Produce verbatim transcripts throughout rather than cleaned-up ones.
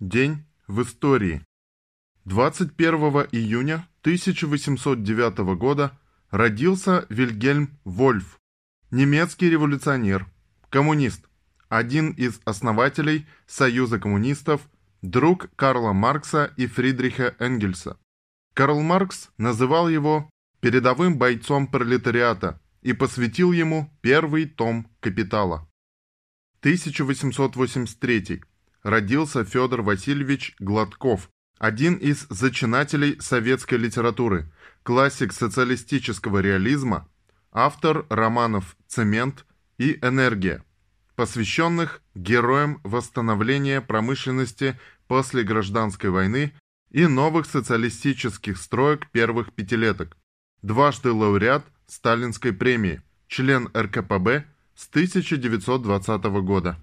День в истории. двадцать первого июня тысяча восемьсот девятого года родился Вильгельм Вольф, немецкий революционер, коммунист, один из основателей Союза коммунистов, друг Карла Маркса и Фридриха Энгельса. Карл Маркс называл его передовым бойцом пролетариата и посвятил ему первый том «Капитала». тысяча восемьсот восемьдесят третий. Родился Федор Васильевич Гладков, один из зачинателей советской литературы, классик социалистического реализма, автор романов «Цемент» и «Энергия», посвященных героям восстановления промышленности после гражданской войны и новых социалистических строек первых пятилеток, дважды лауреат Сталинской премии, член эр ка пэ бэ с тысяча девятьсот двадцатого года.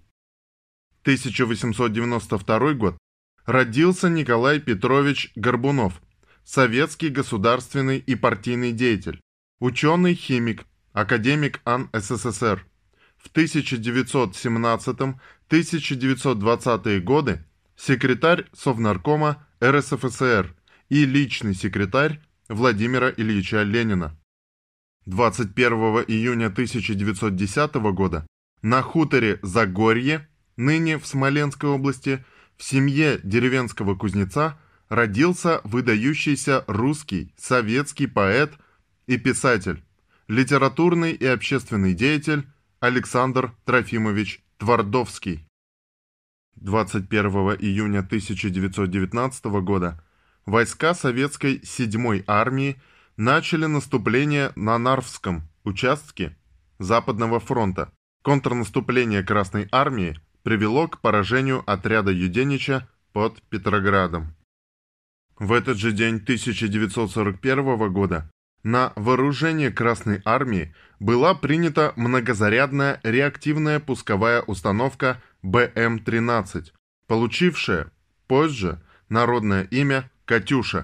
тысяча восемьсот девяносто второй год. Родился Николай Петрович Горбунов, советский государственный и партийный деятель, ученый-химик, академик ан эс эс эс эр. В тысяча девятьсот семнадцатом — тысяча девятьсот двадцатые годы секретарь Совнаркома эр эс эф эс эр и личный секретарь Владимира Ильича Ленина. двадцать первого июня тысяча девятьсот десятого года на хуторе Загорье, ныне в Смоленской области, в семье деревенского кузнеца родился выдающийся русский советский поэт и писатель, литературный и общественный деятель Александр Трофимович Твардовский. двадцать первого июня тысяча девятьсот девятнадцатого года войска советской седьмой армии начали наступление на Нарвском участке Западного фронта. Контрнаступление Красной армии привело к поражению отряда Юденича под Петроградом. В этот же день тысяча девятьсот сорок первого года на вооружение Красной армии была принята многозарядная реактивная пусковая установка бэ эм тринадцать, получившая позже народное имя «Катюша».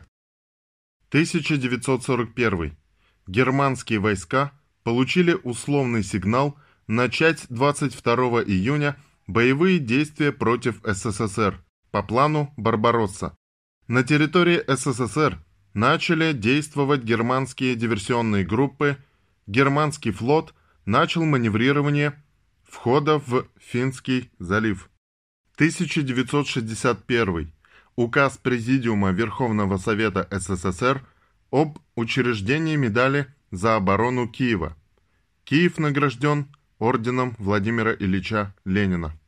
тысяча девятьсот сорок первый. Германские войска получили условный сигнал начать двадцать второго июня боевые действия против эс эс эс эр по плану «Барбаросса». На территории эс эс эс эр начали действовать германские диверсионные группы, германский флот начал маневрирование входа в Финский залив. тысяча девятьсот шестьдесят первый. Указ Президиума Верховного Совета эс эс эс эр об учреждении медали за оборону Киева. Киев награжден орденом Владимира Ильича Ленина.